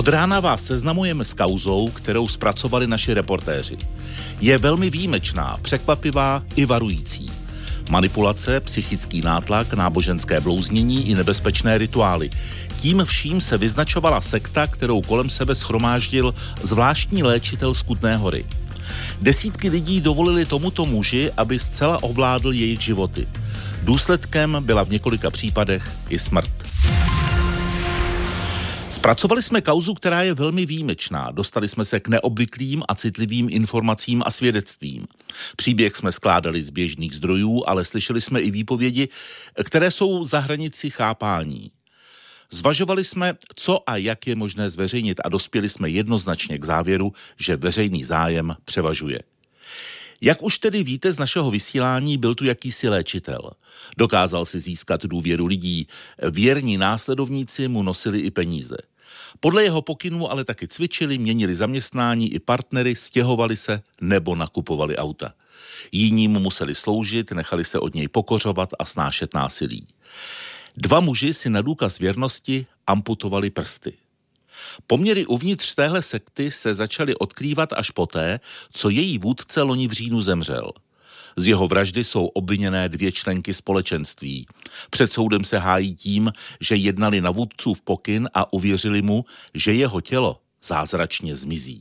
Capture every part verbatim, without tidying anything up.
Od rána vás seznamujeme s kauzou, kterou zpracovali naši reportéři. Je velmi výjimečná, překvapivá i varující. Manipulace, psychický nátlak, náboženské blouznění i nebezpečné rituály. Tím vším se vyznačovala sekta, kterou kolem sebe shromáždil zvláštní léčitel z Kutné Hory. Desítky lidí dovolili tomuto muži, aby zcela ovládl jejich životy. Důsledkem byla v několika případech i smrt. Zpracovali jsme kauzu, která je velmi výjimečná. Dostali jsme se k neobvyklým a citlivým informacím a svědectvím. Příběh jsme skládali z běžných zdrojů, ale slyšeli jsme i výpovědi, které jsou za hranici chápání. Zvažovali jsme, co a jak je možné zveřejnit a dospěli jsme jednoznačně k závěru, že veřejný zájem převažuje. Jak už tedy víte z našeho vysílání, byl tu jakýsi léčitel. Dokázal si získat důvěru lidí. Věrní následovníci mu nosili i peníze. Podle jeho pokynů ale taky cvičili, měnili zaměstnání i partnery, stěhovali se nebo nakupovali auta. Jiní mu museli sloužit, nechali se od něj pokořovat a snášet násilí. Dva muži si na důkaz věrnosti amputovali prsty. Poměry uvnitř téhle sekty se začaly odkrývat až poté, co její vůdce loni v říjnu zemřel. Z jeho vraždy jsou obviněné dvě členky společenství. Před soudem se hájí tím, že jednali na vůdcův pokyn a uvěřili mu, že jeho tělo zázračně zmizí.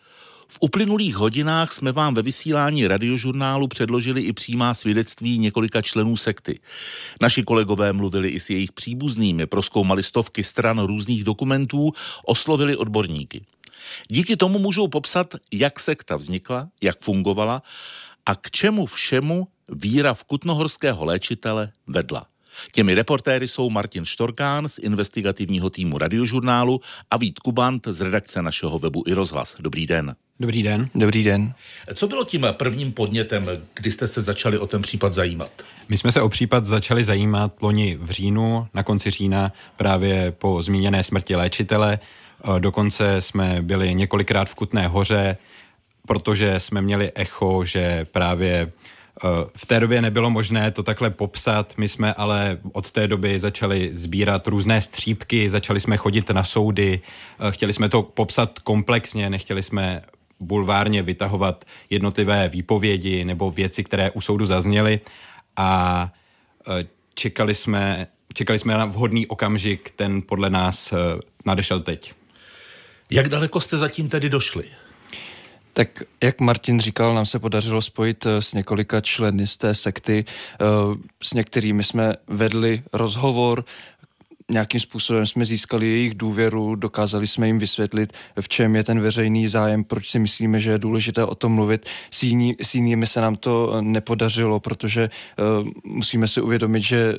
V uplynulých hodinách jsme vám ve vysílání Radiožurnálu předložili i přímá svědectví několika členů sekty. Naši kolegové mluvili i s jejich příbuznými, prozkoumali stovky stran různých dokumentů, oslovili odborníky. Díky tomu můžou popsat, jak sekta vznikla, jak fungovala a k čemu všemu víra v kutnohorského léčitele vedla. Těmi reportéry jsou Martin Štorkán z investigativního týmu Radiožurnálu a Vít Kubant z redakce našeho webu i Rozhlas. Dobrý den. Dobrý den. Dobrý den. Co bylo tím prvním podnětem, kdy jste se začali o ten případ zajímat? My jsme se o případ začali zajímat loni v říjnu, na konci října, právě po zmíněné smrti léčitele. Dokonce jsme byli několikrát v Kutné Hoře, protože jsme měli echo, že právě v té době nebylo možné to takhle popsat, my jsme ale od té doby začali sbírat různé střípky, začali jsme chodit na soudy, chtěli jsme to popsat komplexně, nechtěli jsme bulvárně vytahovat jednotlivé výpovědi nebo věci, které u soudu zazněly a čekali jsme, čekali jsme na vhodný okamžik, ten podle nás nadešel teď. Jak daleko jste zatím tedy došli? Tak jak Martin říkal, nám se podařilo spojit s několika členy z té sekty, s některými jsme vedli rozhovor, nějakým způsobem jsme získali jejich důvěru, dokázali jsme jim vysvětlit, v čem je ten veřejný zájem, proč si myslíme, že je důležité o tom mluvit. S, jiný, s jinými se nám to nepodařilo, protože uh, musíme si uvědomit, že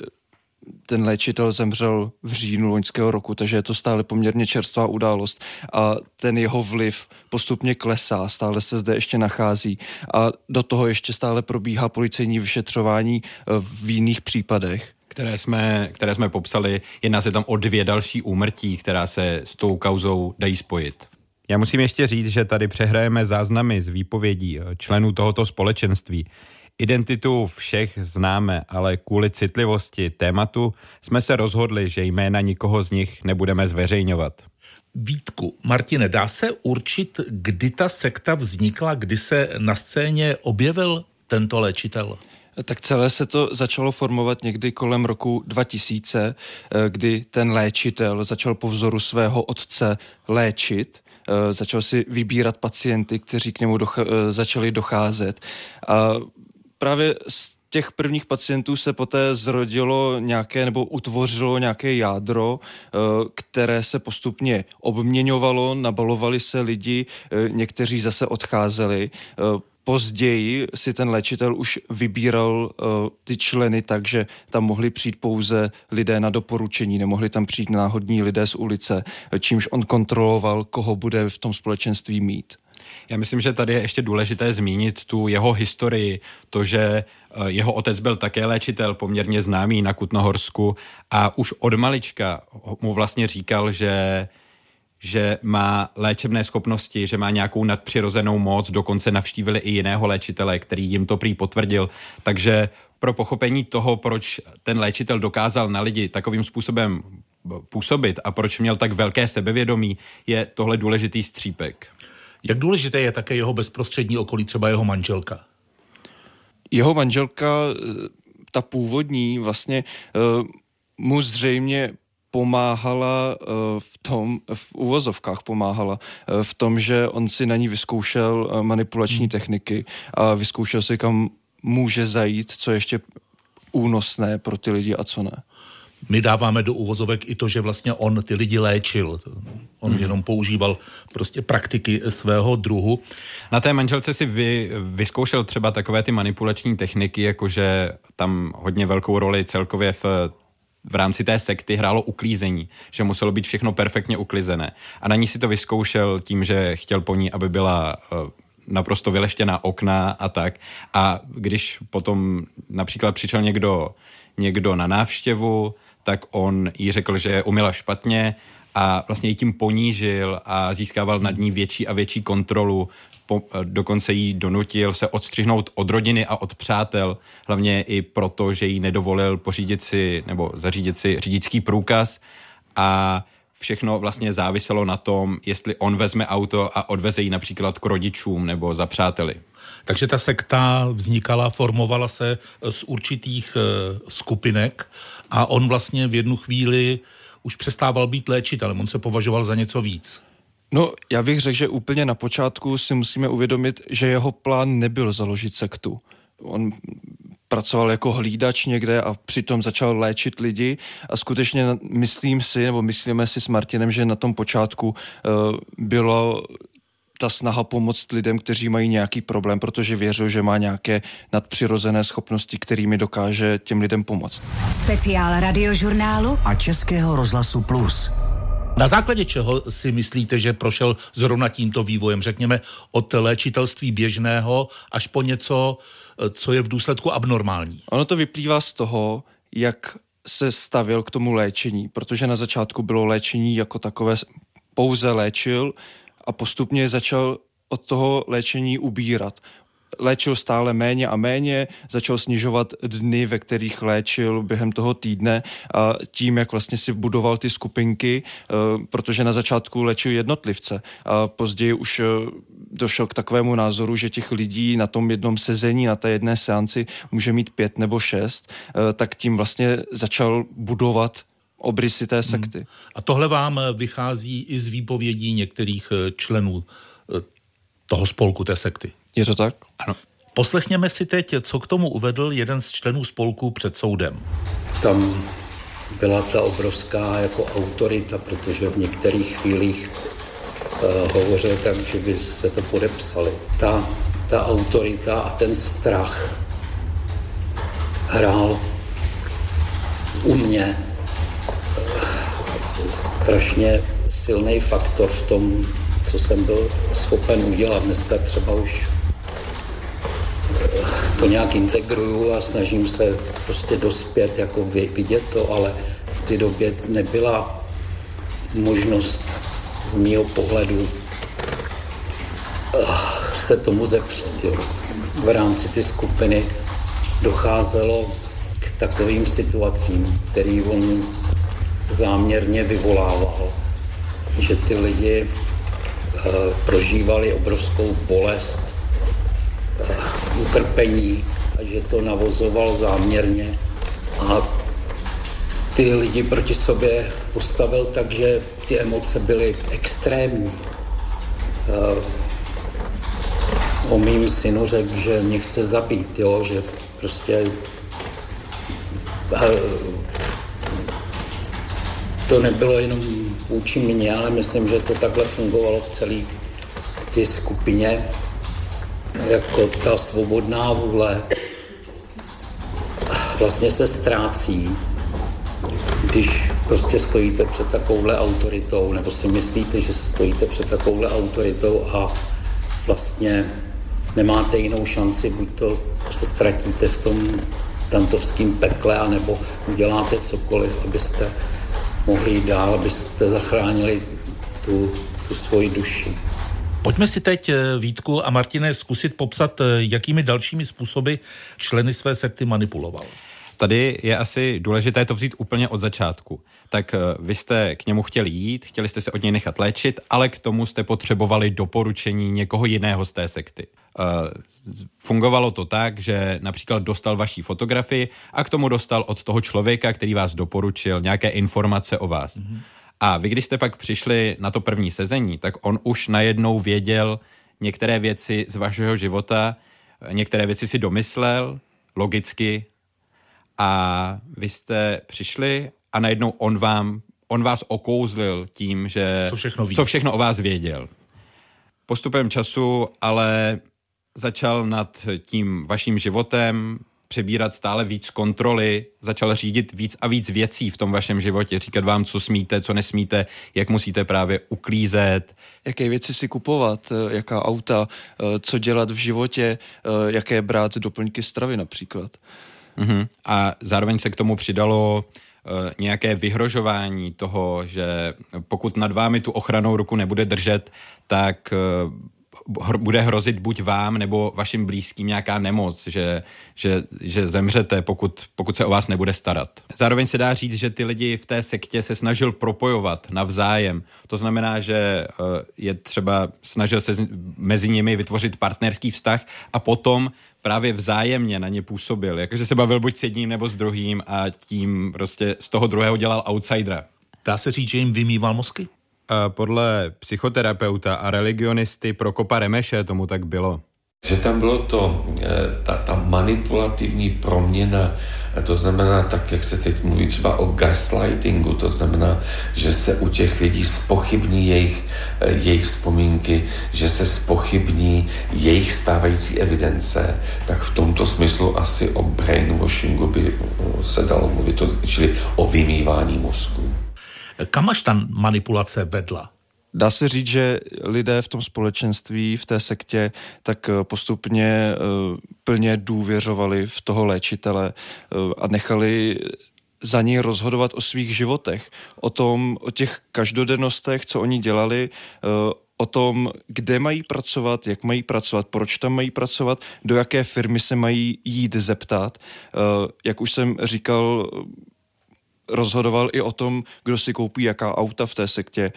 ten léčitel zemřel v říjnu loňského roku, takže je to stále poměrně čerstvá událost a ten jeho vliv postupně klesá, stále se zde ještě nachází a do toho ještě stále probíhá policejní vyšetřování v jiných případech. Které jsme, které jsme popsali, jedná se tam o dvě další úmrtí, která se s tou kauzou dají spojit. Já musím ještě říct, že tady přehrajeme záznamy z výpovědí členů tohoto společenství. Identitu všech známe, ale kvůli citlivosti tématu jsme se rozhodli, že jména nikoho z nich nebudeme zveřejňovat. Vítku, Martine, dá se určit, kdy ta sekta vznikla, kdy se na scéně objevil tento léčitel? Tak celé se to začalo formovat někdy kolem roku dva tisíce, kdy ten léčitel začal po vzoru svého otce léčit, začal si vybírat pacienty, kteří k němu docha- začali docházet. A právě z těch prvních pacientů se poté zrodilo nějaké nebo utvořilo nějaké jádro, které se postupně obměňovalo, nabalovali se lidi, někteří zase odcházeli. Později si ten léčitel už vybíral uh, ty členy tak, že tam mohli přijít pouze lidé na doporučení, nemohli tam přijít náhodní lidé z ulice, čímž on kontroloval, koho bude v tom společenství mít. Já myslím, že tady je ještě důležité zmínit tu jeho historii, to, že jeho otec byl také léčitel, poměrně známý na Kutnohorsku a už od malička mu vlastně říkal, že že má léčebné schopnosti, že má nějakou nadpřirozenou moc, dokonce navštívili i jiného léčitele, který jim to prý potvrdil. Takže pro pochopení toho, proč ten léčitel dokázal na lidi takovým způsobem působit a proč měl tak velké sebevědomí, je tohle důležitý střípek. Jak důležité je také jeho bezprostřední okolí, třeba jeho manželka? Jeho manželka, ta původní, vlastně mu zřejmě pomáhala v tom, v uvozovkách pomáhala v tom, že on si na ní vyzkoušel manipulační hmm. techniky a vyzkoušel si, kam může zajít, co je ještě únosné pro ty lidi a co ne. My dáváme do uvozovek i to, že vlastně on ty lidi léčil. On hmm. jenom používal prostě praktiky svého druhu. Na té manželce si vy, vyzkoušel třeba takové ty manipulační techniky, jakože tam hodně velkou roli celkově v v rámci té sekty hrálo uklízení, že muselo být všechno perfektně uklizené. A na ní si to vyzkoušel tím, že chtěl po ní, aby byla uh, naprosto vyleštěná okna a tak. A když potom například přišel někdo, někdo na návštěvu, tak on jí řekl, že umyla špatně a vlastně jí tím ponížil a získával nad ní větší a větší kontrolu. Po, dokonce jí donutil se odstřihnout od rodiny a od přátel, hlavně i proto, že jí nedovolil pořídit si nebo zařídit si řidičský průkaz a všechno vlastně záviselo na tom, jestli on vezme auto a odveze ji například k rodičům nebo za přáteli. Takže ta sekta vznikala, formovala se z určitých uh, skupinek a on vlastně v jednu chvíli už přestával být léčitelem, on se považoval za něco víc. No, já bych řekl, že úplně na počátku si musíme uvědomit, že jeho plán nebyl založit sektu. On pracoval jako hlídač někde a přitom začal léčit lidi a skutečně myslím si, nebo myslíme si s Martinem, že na tom počátku uh, bylo ta snaha pomoct lidem, kteří mají nějaký problém, protože věřil, že má nějaké nadpřirozené schopnosti, kterými dokáže těm lidem pomoct. Speciál Radiožurnálu a Českého rozhlasu Plus. Na základě čeho si myslíte, že prošel zrovna tímto vývojem, řekněme, od léčitelství běžného až po něco, co je v důsledku abnormální? Ono to vyplývá z toho, jak se stavěl k tomu léčení, protože na začátku bylo léčení jako takové, pouze léčil a postupně začal od toho léčení ubírat. Léčil stále méně a méně, začal snižovat dny, ve kterých léčil během toho týdne a tím, jak vlastně si budoval ty skupinky, protože na začátku léčil jednotlivce a později už došel k takovému názoru, že těch lidí na tom jednom sezení, na té jedné seanci může mít pět nebo šest, tak tím vlastně začal budovat obrysy té sekty. Hmm. A tohle vám vychází i z výpovědí některých členů toho spolku, té sekty? Je to tak? Ano. Poslechněme si teď, co k tomu uvedl jeden z členů spolku před soudem. Tam byla ta obrovská jako autorita, protože v některých chvílích uh, hovořil tak, že byste to podepsali. Ta, ta autorita a ten strach hrál u mě uh, strašně silný faktor v tom, co jsem byl schopen udělat. Dneska třeba už to nějak integruju a snažím se prostě dospět, jako vidět to, ale v té době nebyla možnost z mýho pohledu se tomu zepřít. Jo. V rámci ty skupiny docházelo k takovým situacím, který on záměrně vyvolával, že ty lidi prožívali obrovskou bolest, utrpení a že to navozoval záměrně a ty lidi proti sobě postavil tak, že ty emoce byly extrémní. O mým synu řekl, že mě chce zabít, jo, že prostě to nebylo jenom vůči mně, ale myslím, že to takhle fungovalo v celé té skupině, jako ta svobodná vůle vlastně se ztrácí, když prostě stojíte před takovouhle autoritou, nebo si myslíte, že stojíte před takovouhle autoritou a vlastně nemáte jinou šanci, buď to se ztratíte v tom tantovském pekle, anebo uděláte cokoliv, abyste mohli jít dál, abyste zachránili tu, tu svoji duši. Pojďme si teď, Vítku a Martine, zkusit popsat, jakými dalšími způsoby členy své sekty manipuloval. Tady je asi důležité to vzít úplně od začátku. Tak vy jste k němu chtěli jít, chtěli jste se od něj nechat léčit, ale k tomu jste potřebovali doporučení někoho jiného z té sekty. Fungovalo to tak, že například dostal vaší fotografii a k tomu dostal od toho člověka, který vás doporučil, nějaké informace o vás. Mm-hmm. A vy, když jste pak přišli na to první sezení, tak on už najednou věděl některé věci z vašeho života, některé věci si domyslel logicky a vy jste přišli a najednou on vám, on vás okouzlil tím, že co všechno ví. Co všechno o vás věděl. Postupem času ale začal nad tím vaším životem přebírat stále víc kontroly, začal řídit víc a víc věcí v tom vašem životě, říkat vám, co smíte, co nesmíte, jak musíte právě uklízet. Jaké věci si kupovat, jaká auta, co dělat v životě, jaké brát doplňky stravy například. Uhum. A zároveň se k tomu přidalo uh, nějaké vyhrožování toho, že pokud nad vámi tu ochrannou ruku nebude držet, tak uh, bude hrozit buď vám nebo vašim blízkým nějaká nemoc, že, že, že zemřete, pokud, pokud se o vás nebude starat. Zároveň se dá říct, že ty lidi v té sektě se snažil propojovat navzájem. To znamená, že uh, je třeba snažil se mezi nimi vytvořit partnerský vztah a potom právě vzájemně na ně působil. Jakože se bavil buď s jedním nebo s druhým a tím prostě z toho druhého dělal outsidera. Dá se říct, že jim vymýval mozky? Podle psychoterapeuta a religionisty Prokopa Remeše tomu tak bylo. Že tam bylo to, ta, ta manipulativní proměna, to znamená tak, jak se teď mluví třeba o gaslightingu, to znamená, že se u těch lidí zpochybní jejich, jejich vzpomínky, že se zpochybní jejich stávající evidence, tak v tomto smyslu asi o brainwashingu by se dalo mluvit, čili o vymývání mozku. Kam až ta manipulace vedla? Dá se říct, že lidé v tom společenství, v té sektě, tak postupně uh, plně důvěřovali v toho léčitele uh, a nechali za něj rozhodovat o svých životech, o tom, o těch každodennostech, co oni dělali, uh, o tom, kde mají pracovat, jak mají pracovat, proč tam mají pracovat, do jaké firmy se mají jít zeptat. Uh, jak už jsem říkal, rozhodoval i o tom, kdo si koupí jaká auta v té sektě.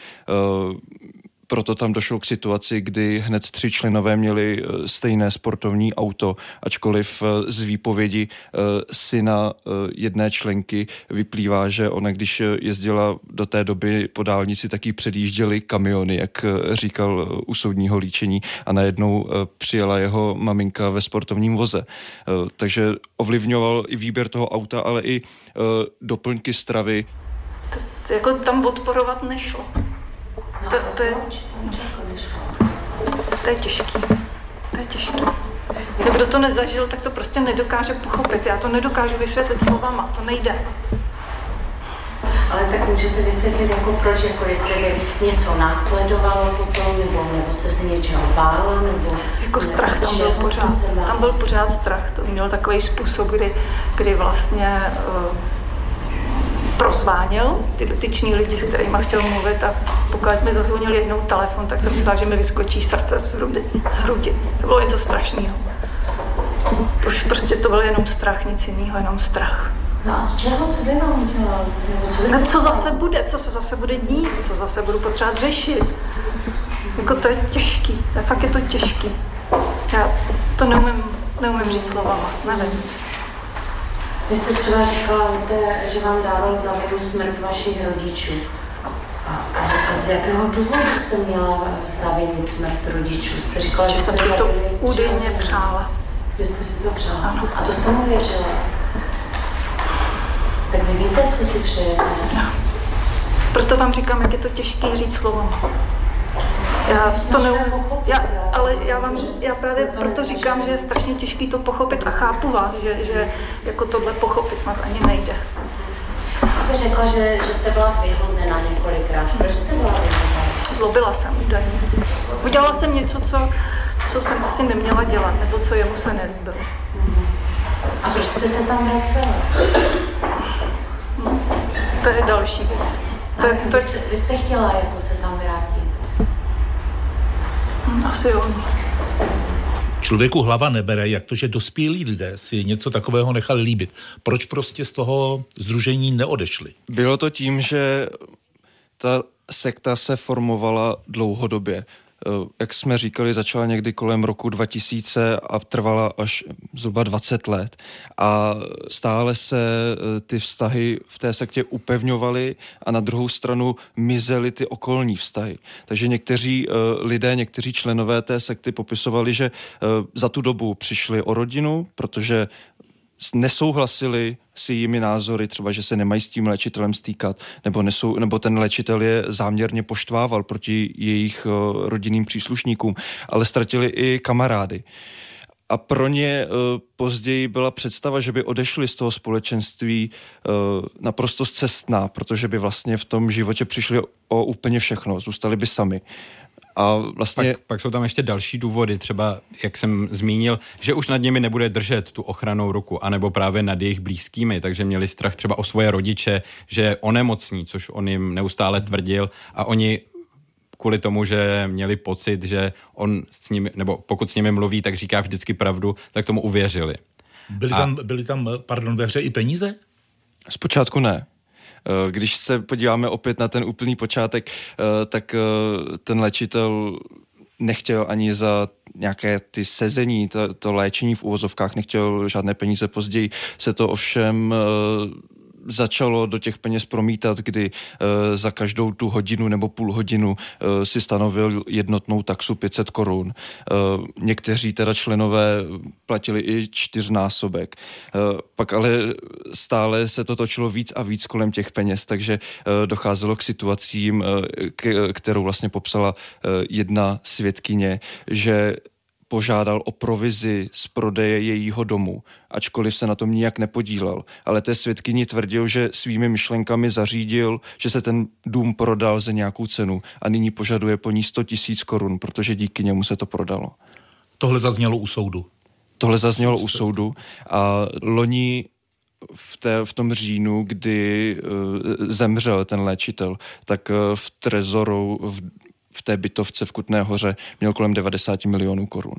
Proto tam došlo k situaci, kdy hned tři členové měli stejné sportovní auto, ačkoliv z výpovědi syna jedné členky vyplývá, že ona, když jezdila do té doby po dálnici, tak jí předjížděly kamiony, jak říkal u soudního líčení, a najednou přijela jeho maminka ve sportovním voze. Takže ovlivňoval i výběr toho auta, ale i doplňky stravy. To, to jako tam odporovat nešlo. No, to, to, je, to je těžký. To je těžký. Kdo to nezažil, tak to prostě nedokáže pochopit. Já to nedokážu vysvětlit slovama, to nejde. Ale tak můžete vysvětlit, jako proč, jako jestli by něco následovalo potom, nebo, nebo jste se něčeho bála, nebo... Jako strach tam byl pořád. Tam byl pořád strach. To měl takový způsob, kdy, kdy vlastně uh, prozváněl ty dotyční lidi, s kterými chtěl mluvit, a pokud mi zazvonil jednou telefon, tak jsem myslela, že mi vyskočí srdce z hrudi. Z hrudi. To bylo něco strašného. Už prostě to byl jenom strach, nic jiného, jenom strach. No a z čeho, co by vám udělal? Co, no, co zase bude, co se zase bude dít, co zase budu potřebovat řešit. Jako to je těžký, to je, fakt je to těžký. Já to neumím, neumím říct slovama, nevím. Vy jste třeba říkala, že vám dával závodu smrt vašich rodičů. A, a z jakého důvodu jste měla závěnit smrt rodičů? Jste říkala, že, že jsem si to údajně přála. Že jste si to přála? Ano. A to jste mu věřila? Tak vy víte, co si přejete? No. Proto vám říkám, jak je to těžké říct slovama. Já to neumím, já, ale já vám, já právě proto říkám, že je strašně těžké to pochopit a chápu vás, že, že jako tohle pochopit snad ani nejde. Jste řekla, že, že jste byla vyhozená několikrát. Proč jste byla vyhozená? Zlobila jsem údajně. Udělala jsem něco, co, co jsem asi neměla dělat, nebo co jemu se nelíbilo. A proč jste se tam vracela? No, to je další věc. To, to, vy, jste, vy jste chtěla jako se tam vrátit? Asi jo. Člověku hlava nebere, jak to, že dospělí lidé si něco takového nechali líbit. Proč prostě z toho sdružení neodešli? Bylo to tím, že ta sekta se formovala dlouhodobě. Jak jsme říkali, začala někdy kolem roku dva tisíce a trvala až zhruba dvacet let. A stále se ty vztahy v té sektě upevňovaly a na druhou stranu mizely ty okolní vztahy. Takže někteří lidé, někteří členové té sekty popisovali, že za tu dobu přišli o rodinu, protože nesouhlasili s jejími názory, třeba, že se nemají s tím léčitelem stýkat, nebo, nesou, nebo ten léčitel je záměrně poštvával proti jejich uh, rodinným příslušníkům, ale ztratili i kamarády. A pro ně uh, později byla představa, že by odešli z toho společenství uh, naprosto scestná, protože by vlastně v tom životě přišli o, o úplně všechno, zůstali by sami. A vlastně... Pak, pak jsou tam ještě další důvody, třeba, jak jsem zmínil, že už nad nimi nebude držet tu ochrannou ruku, anebo právě nad jejich blízkými, takže měli strach třeba o svoje rodiče, že onemocní, což on jim neustále tvrdil a oni kvůli tomu, že měli pocit, že on s nimi, nebo pokud s nimi mluví, tak říká vždycky pravdu, tak tomu uvěřili. Byly a... tam, byly tam, pardon, ve hře i peníze? Zpočátku ne. Když se podíváme opět na ten úplný počátek, tak ten léčitel nechtěl ani za nějaké ty sezení, to, to léčení v uvozovkách, nechtěl žádné peníze. Později se to ovšem začalo do těch peněz promítat, kdy e, za každou tu hodinu nebo půl hodinu e, si stanovil jednotnou taxu pět set korun. E, někteří teda členové platili i čtyřnásobek. E, pak ale stále se to točilo víc a víc kolem těch peněz, takže e, docházelo k situacím, e, k, kterou vlastně popsala e, jedna svědkyně, že požádal o provizi z prodeje jejího domu, ačkoliv se na tom nijak nepodílel. Ale té svědkyni tvrdil, že svými myšlenkami zařídil, že se ten dům prodal za nějakou cenu a nyní požaduje po ní sto tisíc korun, protože díky němu se to prodalo. Tohle zaznělo u soudu. Tohle zaznělo u soudu a loni v, té, v tom říjnu, kdy uh, zemřel ten léčitel, tak uh, v trezoru v v té bytovce v Kutné Hoře měl kolem devadesát milionů korun.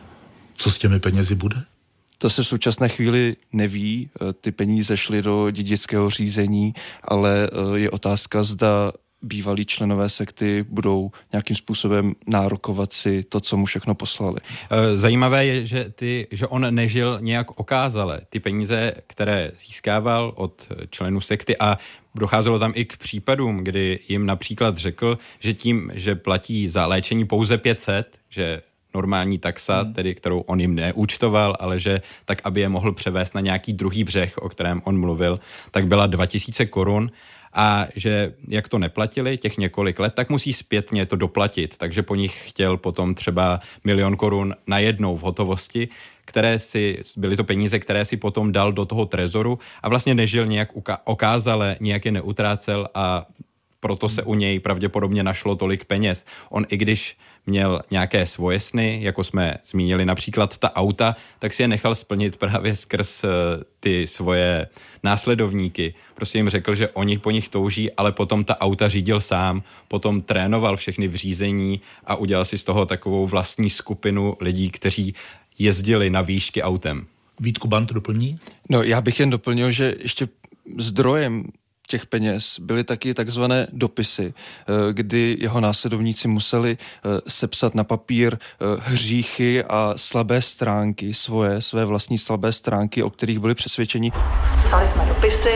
Co s těmi penězi bude? To se v současné chvíli neví. Ty peníze šly do dědického řízení, ale je otázka, zda bývalí členové sekty budou nějakým způsobem nárokovat si to, co mu všechno poslali. Zajímavé je, že, ty, že on nežil nějak okázale. Ty peníze, které získával od členů sekty a docházelo tam i k případům, kdy jim například řekl, že tím, že platí za léčení pouze pět set, že normální taxa, hmm. tedy kterou on jim neúčtoval, ale že tak, aby je mohl převést na nějaký druhý břeh, o kterém on mluvil, tak byla dva tisíce korun. A že jak to neplatili těch několik let, tak musí zpětně to doplatit. Takže po nich chtěl potom třeba milion korun najednou v hotovosti, které si, byly to peníze, které si potom dal do toho trezoru a vlastně nežil nějak okázale, nějak je neutrácel a proto se u něj pravděpodobně našlo tolik peněz. On i když měl nějaké svoje sny, jako jsme zmínili například ta auta, tak si je nechal splnit právě skrz ty svoje následovníky. Prostě jim řekl, že oni po nich touží, ale potom ta auta řídil sám, potom trénoval všechny v řízení a udělal si z toho takovou vlastní skupinu lidí, kteří jezdili na výšky autem. Vítku Bant doplní? No, já bych jen doplnil, že ještě zdrojem těch peněz byly taky takzvané dopisy, kdy jeho následovníci museli sepsat na papír hříchy a slabé stránky, svoje, své vlastní slabé stránky, o kterých byli přesvědčeni. Psali jsme dopisy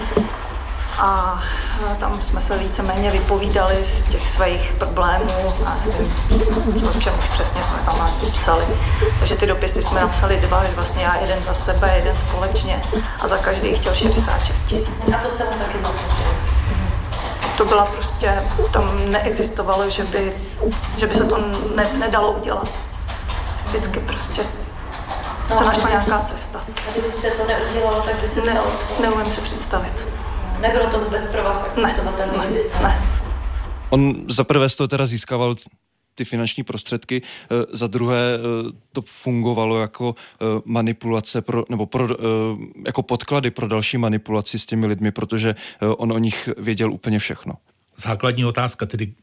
a tam jsme se víceméně vypovídali z těch svých problémů a nevím, o čem už přesně jsme tam psali. Takže ty dopisy jsme napsali dva, vlastně já jeden za sebe, jeden společně a za každý chtěl šedesát šest tisíc. A to jste mu taky zaplatili? To byla prostě, tam neexistovalo, že by, že by se to ne, nedalo udělat. Vždycky prostě no, se našla nějaká cesta. A kdybyste to neudělalo, tak by se ne, stalo co? Neumím si představit. Nebylo to vůbec pro vás akceptovatelné, ne, že byste... Ne. On zaprvé z toho teda získával ty finanční prostředky, za druhé to fungovalo jako manipulace pro, nebo pro, jako podklady pro další manipulaci s těmi lidmi, protože on o nich věděl úplně všechno. Základní otázka tedy,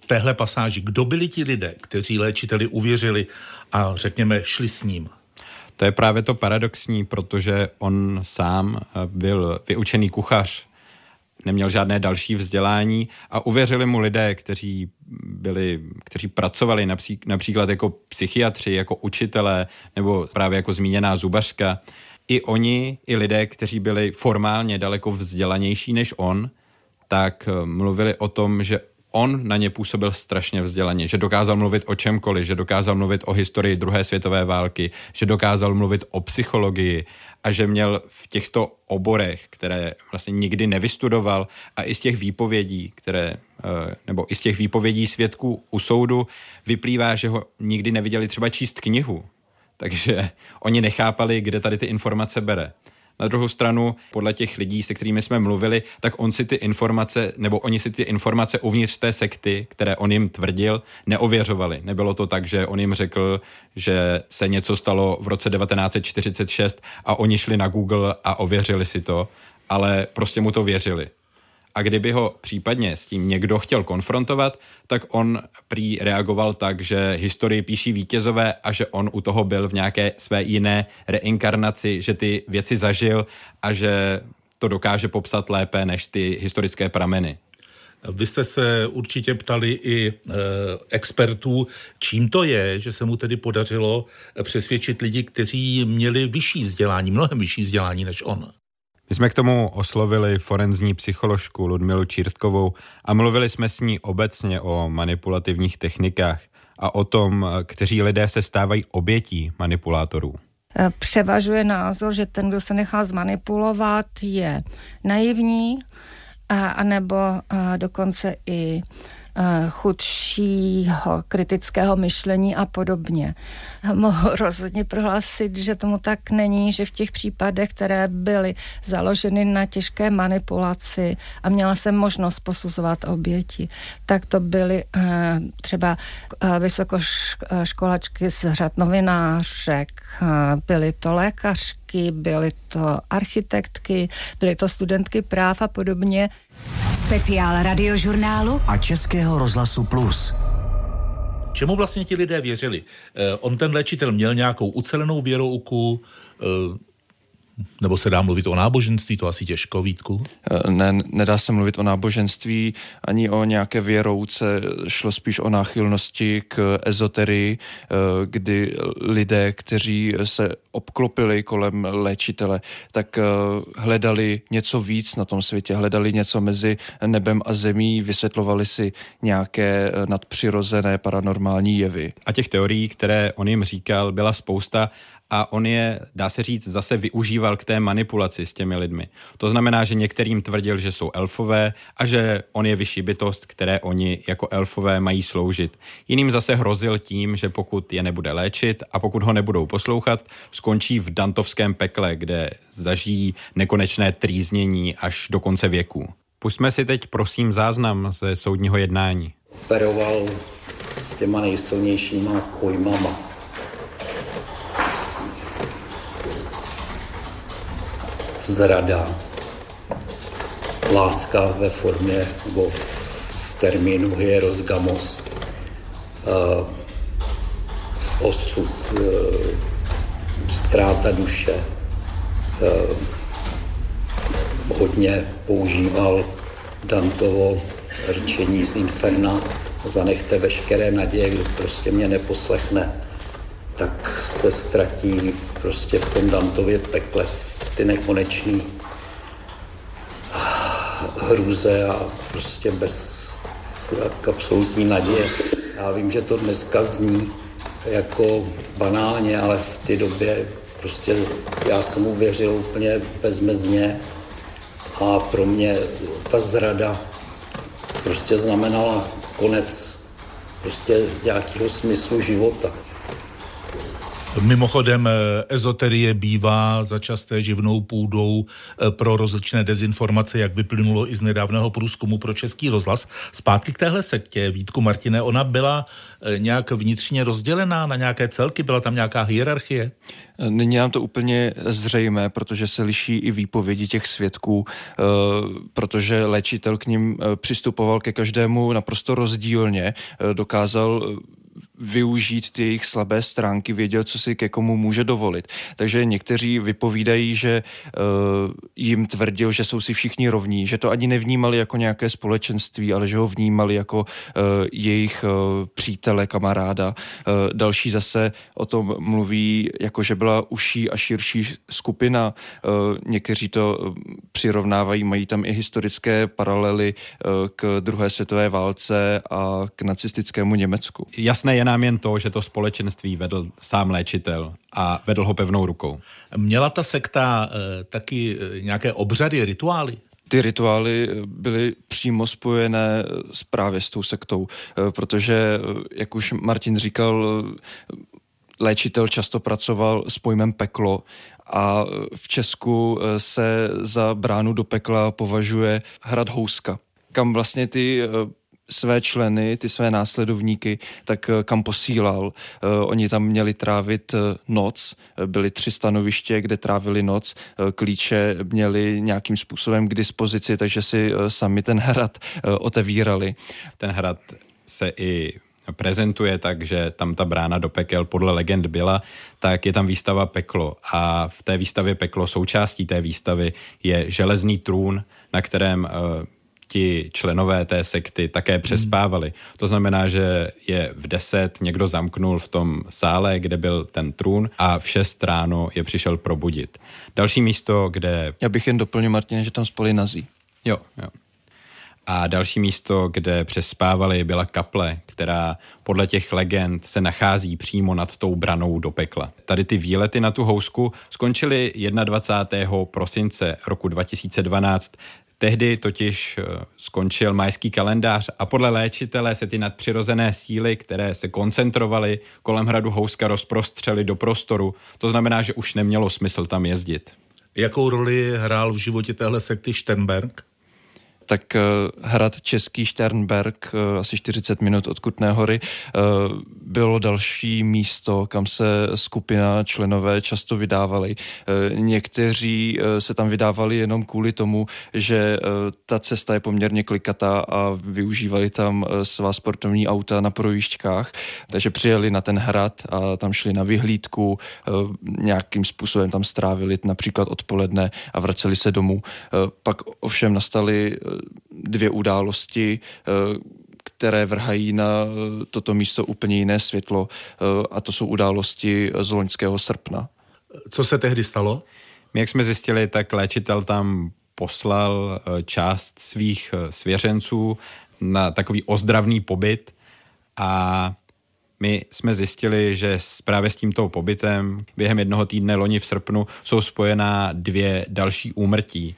téhle pasáži, kdo byli ti lidé, kteří léčiteli uvěřili a řekněme šli s ním? To je právě to paradoxní, protože on sám byl vyučený kuchař, neměl žádné další vzdělání a uvěřili mu lidé, kteří byli, kteří pracovali například jako psychiatři, jako učitelé nebo právě jako zmíněná zubařka. I oni, i lidé, kteří byli formálně daleko vzdělanější než on, tak mluvili o tom, že on na ně působil strašně vzdělaně, že dokázal mluvit o čemkoliv, že dokázal mluvit o historii druhé světové války, že dokázal mluvit o psychologii a že měl v těchto oborech, které vlastně nikdy nevystudoval a i z těch výpovědí, které, nebo i z těch výpovědí svědků u soudu vyplývá, že ho nikdy neviděli třeba číst knihu. Takže oni nechápali, kde tady ty informace bere. Na druhou stranu, podle těch lidí, se kterými jsme mluvili, tak on si ty informace, nebo oni si ty informace uvnitř té sekty, které on jim tvrdil, neověřovali. Nebylo to tak, že on jim řekl, že se něco stalo v roce devatenáct set čtyřicet šest a oni šli na Google a ověřili si to, ale prostě mu to věřili. A kdyby ho případně s tím někdo chtěl konfrontovat, tak on prý reagoval tak, že historii píší vítězové a že on u toho byl v nějaké své jiné reinkarnaci, že ty věci zažil a že to dokáže popsat lépe než ty historické prameny. Vy jste se určitě ptali i e, expertů, čím to je, že se mu tedy podařilo přesvědčit lidi, kteří měli vyšší vzdělání, mnohem vyšší vzdělání než on. My jsme k tomu oslovili forenzní psycholožku Ludmilu Čírtkovou a mluvili jsme s ní obecně o manipulativních technikách a o tom, kteří lidé se stávají obětí manipulátorů. Převažuje názor, že ten, kdo se nechá zmanipulovat, je naivní, a, anebo a dokonce i chudšího kritického myšlení a podobně. Mohu rozhodně prohlásit, že tomu tak není, že v těch případech, které byly založeny na těžké manipulaci a měla jsem možnost posuzovat oběti, tak to byly třeba vysokoškolačky z řad novinářek, byly to lékařky, byly to architektky, byly to studentky práv a podobně. Speciál Radiožurnálu a Českého rozhlasu Plus. Čemu vlastně ti lidé věřili? Eh, on ten léčitel měl nějakou ucelenou věrouku, eh, nebo se dá mluvit o náboženství, to asi těžko, Vítku? Ne, nedá se mluvit o náboženství ani o nějaké věrouce, šlo spíš o náchylnosti k ezoterii, kdy lidé, kteří se obklopili kolem léčitele, tak hledali něco víc na tom světě, hledali něco mezi nebem a zemí, vysvětlovali si nějaké nadpřirozené paranormální jevy. A těch teorií, které on jim říkal, byla spousta a on je, dá se říct, zase využíval k té manipulaci s těmi lidmi. To znamená, že některým tvrdil, že jsou elfové a že on je vyšší bytost, které oni jako elfové mají sloužit. Jiným zase hrozil tím, že pokud je nebude léčit a pokud ho nebudou poslouchat, skončí v dantovském pekle, kde zažijí nekonečné trýznění až do konce věku. Pusťme si teď prosím záznam ze soudního jednání. Operoval s těma nejsilnějšíma pojmama. Zrada, láska ve formě nebo v termínu hierosgamos, uh, osud, uh, ztráta duše. Uh, hodně používal Dantovo rčení z Inferna, zanechte veškeré naděje, kdo prostě mě neposlechne, tak se ztratí prostě v tom Dantově pekle, ty nekonečný hrůze a prostě bez absolutní naděje. Já vím, že to dneska zní jako banálně, ale v té době prostě já jsem mu věřil úplně bezmezně a pro mě ta zrada prostě znamenala konec prostě nějakého smyslu života. Mimochodem, ezoterie bývá začasté živnou půdou pro rozličné dezinformace, jak vyplynulo i z nedávného průzkumu pro Český rozhlas. Zpátky k téhle sektě, Vítku Martine, ona byla nějak vnitřně rozdělená na nějaké celky, byla tam nějaká hierarchie? Není nám to úplně zřejmé, protože se liší i výpovědi těch svědků, protože léčitel k nim přistupoval ke každému naprosto rozdílně, dokázal využít ty jejich slabé stránky, věděl, co si ke komu může dovolit. Takže někteří vypovídají, že uh, jim tvrdil, že jsou si všichni rovní, že to ani nevnímali jako nějaké společenství, ale že ho vnímali jako uh, jejich uh, přítele, kamaráda. Uh, další zase o tom mluví, jako že byla užší a širší skupina. Uh, někteří to uh, přirovnávají, mají tam i historické paralely uh, k druhé světové válce a k nacistickému Německu. Jasné je nám jen to, že to společenství vedl sám léčitel a vedl ho pevnou rukou. Měla ta sekta e, taky e, nějaké obřady, rituály? Ty rituály byly přímo spojené s právě s tou sektou, e, protože, jak už Martin říkal, léčitel často pracoval s pojmem peklo a v Česku se za bránu do pekla považuje hrad Houska, kam vlastně ty své členy, ty své následovníky, tak kam posílal. Uh, oni tam měli trávit noc, byly tři stanoviště, kde trávili noc, uh, klíče měli nějakým způsobem k dispozici, takže si uh, sami ten hrad uh, otevírali. Ten hrad se i prezentuje tak, že tam ta brána do pekel podle legend byla, tak je tam výstava Peklo a v té výstavě Peklo součástí té výstavy je železný trůn, na kterém uh, ti členové té sekty také přespávali. To znamená, že je v deset někdo zamknul v tom sále, kde byl ten trůn a v šest ráno je přišel probudit. Další místo, kde... Já bych jen doplnil, Martine, že tam spali nazí. Jo, jo. A další místo, kde přespávali, byla kaple, která podle těch legend se nachází přímo nad tou branou do pekla. Tady ty výlety na tu housku skončily dvacátého prvního prosince roku dva tisíce dvanáct. Tehdy totiž skončil majský kalendář a podle léčitele se ty nadpřirozené síly, které se koncentrovaly kolem hradu Houska, rozprostřely do prostoru. To znamená, že už nemělo smysl tam jezdit. Jakou roli hrál v životě téhle sekty Šternberk? Tak uh, hrad Český Šternberk, uh, asi čtyřicet minut od Kutné Hory, uh, bylo další místo, kam se skupina členové často vydávali. Uh, někteří uh, se tam vydávali jenom kvůli tomu, že uh, ta cesta je poměrně klikatá a využívali tam uh, svá sportovní auta na projížďkách, takže přijeli na ten hrad a tam šli na vyhlídku, uh, nějakým způsobem tam strávili například odpoledne a vraceli se domů. Uh, pak ovšem nastaly dvě události, které vrhají na toto místo úplně jiné světlo, a to jsou události z loňského srpna. Co se tehdy stalo? My, jak jsme zjistili, tak léčitel tam poslal část svých svěřenců na takový ozdravný pobyt a my jsme zjistili, že právě s tímto pobytem během jednoho týdne loni v srpnu jsou spojená dvě další úmrtí.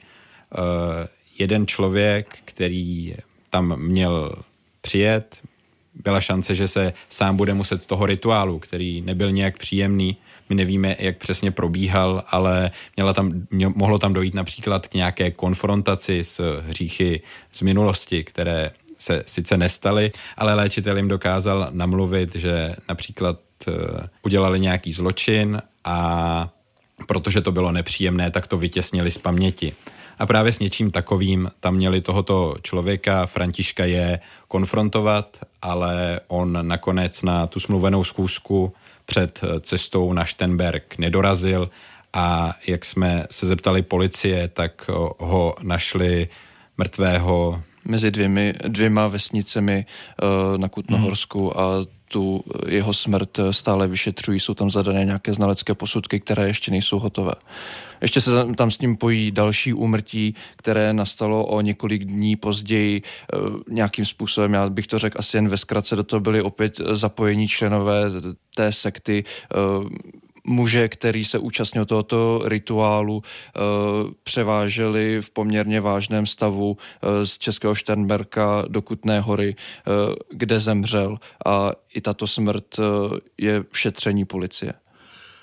Jeden člověk, který tam měl přijet, byla šance, že se sám bude muset toho rituálu, který nebyl nějak příjemný. My nevíme, jak přesně probíhal, ale měla tam, mě, mohlo tam dojít například k nějaké konfrontaci s hříchy z minulosti, které se sice nestaly, ale léčitel jim dokázal namluvit, že například uh, udělali nějaký zločin a protože to bylo nepříjemné, tak to vytěsnili z paměti. A právě s něčím takovým tam měli tohoto člověka, Františka je, konfrontovat, ale on nakonec na tu smluvenou schůzku před cestou na Šternberk nedorazil a jak jsme se zeptali policie, tak ho našli mrtvého mezi dvěmi, dvěma vesnicemi uh, na Kutnohorsku hmm. a tu jeho smrt stále vyšetřují, jsou tam zadané nějaké znalecké posudky, které ještě nejsou hotové. Ještě se tam, tam s ním pojí další úmrtí, které nastalo o několik dní později e, nějakým způsobem, já bych to řekl asi jen ve zkratce, do toho byli opět zapojení členové té sekty, e, muže, který se účastnil tohoto rituálu, e, převáželi v poměrně vážném stavu e, z Českého Šternberka do Kutné Hory, e, kde zemřel a i tato smrt e, je v šetření policie.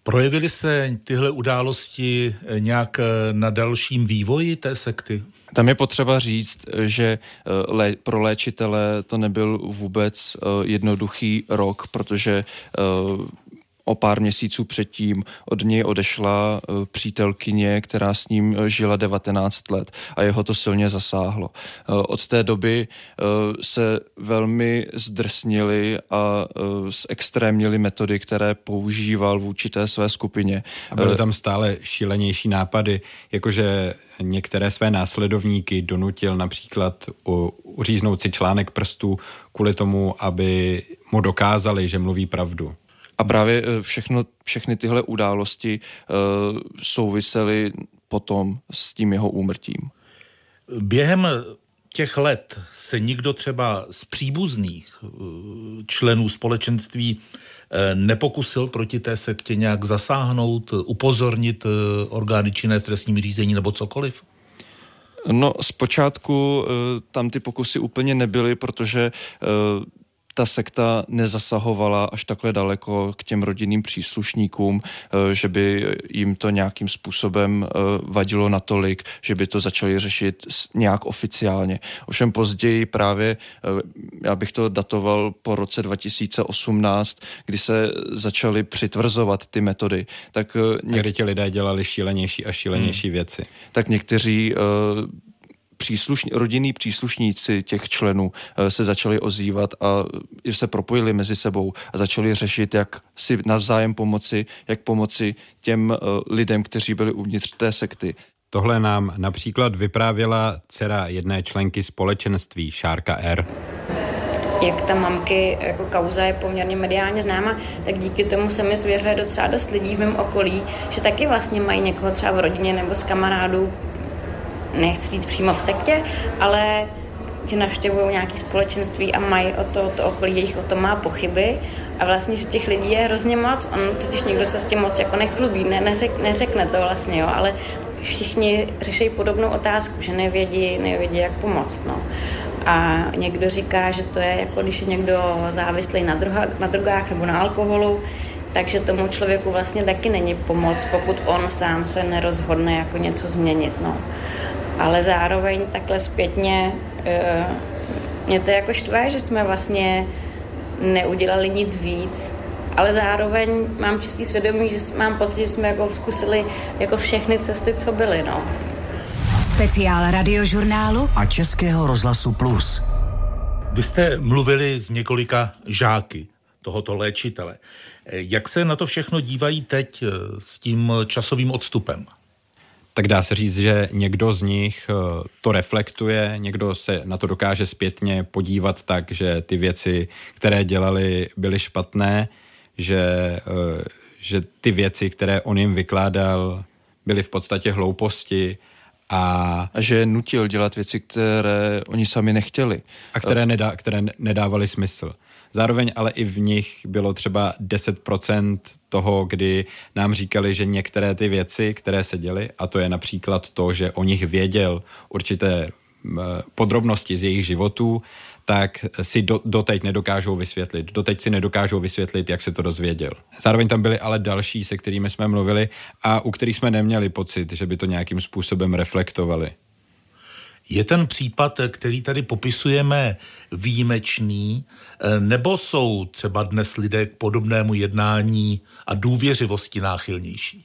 Projevily se tyhle události nějak na dalším vývoji té sekty? Tam je potřeba říct, že lé, pro léčitele to nebyl vůbec jednoduchý rok, protože o pár měsíců předtím od něj odešla přítelkyně, která s ním žila devatenáct let a jeho to silně zasáhlo. Od té doby se velmi zdrsnili a zextrémnili metody, které používal vůči té své skupině. A byly tam stále šílenější nápady, jakože některé své následovníky donutil například uříznout si článek prstů kvůli tomu, aby mu dokázali, že mluví pravdu. A právě všechno, všechny tyhle události uh, souvisely potom s tím jeho úmrtím. Během těch let se nikdo třeba z příbuzných členů společenství nepokusil proti té sektě nějak zasáhnout, upozornit orgány činné v trestním řízení nebo cokoliv? No, zpočátku uh, tam ty pokusy úplně nebyly, protože uh, ta sekta nezasahovala až takhle daleko k těm rodinným příslušníkům, že by jim to nějakým způsobem vadilo natolik, že by to začali řešit nějak oficiálně. Ovšem později právě, já bych to datoval po roce dva tisíce osmnáct, kdy se začaly přitvrzovat ty metody. Tak něk... kdy ti lidé dělali šílenější a šílenější hmm. věci. Tak někteří Příslušní, rodinní příslušníci těch členů se začali ozývat a se propojili mezi sebou a začali řešit, jak si navzájem pomoci, jak pomoci těm lidem, kteří byli uvnitř té sekty. Tohle nám například vyprávěla dcera jedné členky společenství, Šárka R. Jak ta mamky, jako kauza je poměrně mediálně známa, tak díky tomu se mi svěřuje docela dost lidí v mém okolí, že taky vlastně mají někoho třeba v rodině nebo z kamarádů, nechci říct přímo v sektě, ale že navštěvují nějaké společenství a mají o to, to okolí, jejich o tom má pochyby a vlastně, že těch lidí je hrozně moc, on totiž někdo se s tím moc jako nechlubí, ne, neřek, neřekne to vlastně, jo, ale všichni řeší podobnou otázku, že nevědí, nevědí, jak pomoct, no. A někdo říká, že to je jako když je někdo závislý na, druha, na drogách nebo na alkoholu, takže tomu člověku vlastně taky není pomoc, pokud on sám se nerozhodne jako něco změnit, no. Ale zároveň takhle zpětně uh, mě to jako štve, že jsme vlastně neudělali nic víc, ale zároveň mám čistý svědomí, že mám pocit, že jsme jako zkusili jako všechny cesty, co byly, no. Speciál Radiožurnálu a Českého rozhlasu Plus. Vy jste mluvili s několika žáky tohoto léčitele. Jak se na to všechno dívají teď s tím časovým odstupem? Tak dá se říct, že někdo z nich to reflektuje, někdo se na to dokáže zpětně podívat tak, že ty věci, které dělali, byly špatné, že, že ty věci, které on jim vykládal, byly v podstatě hlouposti a, a že nutil dělat věci, které oni sami nechtěli. A které, nedá, které nedávaly smysl. Zároveň ale i v nich bylo třeba deset procent toho, kdy nám říkali, že některé ty věci, které se děly, a to je například to, že o nich věděl určité podrobnosti z jejich životů, tak si do, doteď nedokážou vysvětlit. Doteď si nedokážou vysvětlit, jak se to dozvěděl. Zároveň tam byly ale další, se kterými jsme mluvili a u kterých jsme neměli pocit, že by to nějakým způsobem reflektovali. Je ten případ, který tady popisujeme, výjimečný, nebo jsou třeba dnes lidé k podobnému jednání a důvěřivosti náchylnější?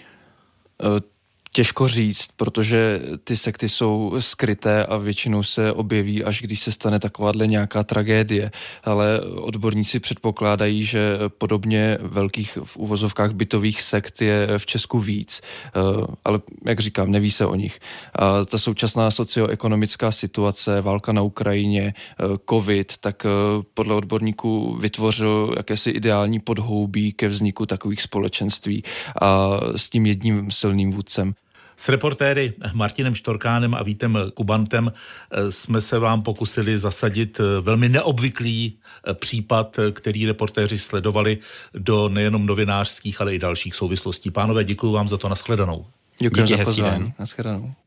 Těžko říct, protože ty sekty jsou skryté a většinou se objeví, až když se stane takováhle nějaká tragédie. Ale odborníci předpokládají, že podobně velkých v uvozovkách bytových sekt je v Česku víc. Ale jak říkám, neví se o nich. A ta současná socioekonomická situace, válka na Ukrajině, covid, tak podle odborníků vytvořil jakési ideální podhoubí ke vzniku takových společenství a s tím jedním silným vůdcem. S reportéry Martinem Štorkánem a Vítem Kubantem jsme se vám pokusili zasadit velmi neobvyklý případ, který reportéři sledovali do nejenom novinářských, ale i dalších souvislostí. Pánové, děkuji vám za to, nashledanou. Děkuji za pozvání. Nashledanou.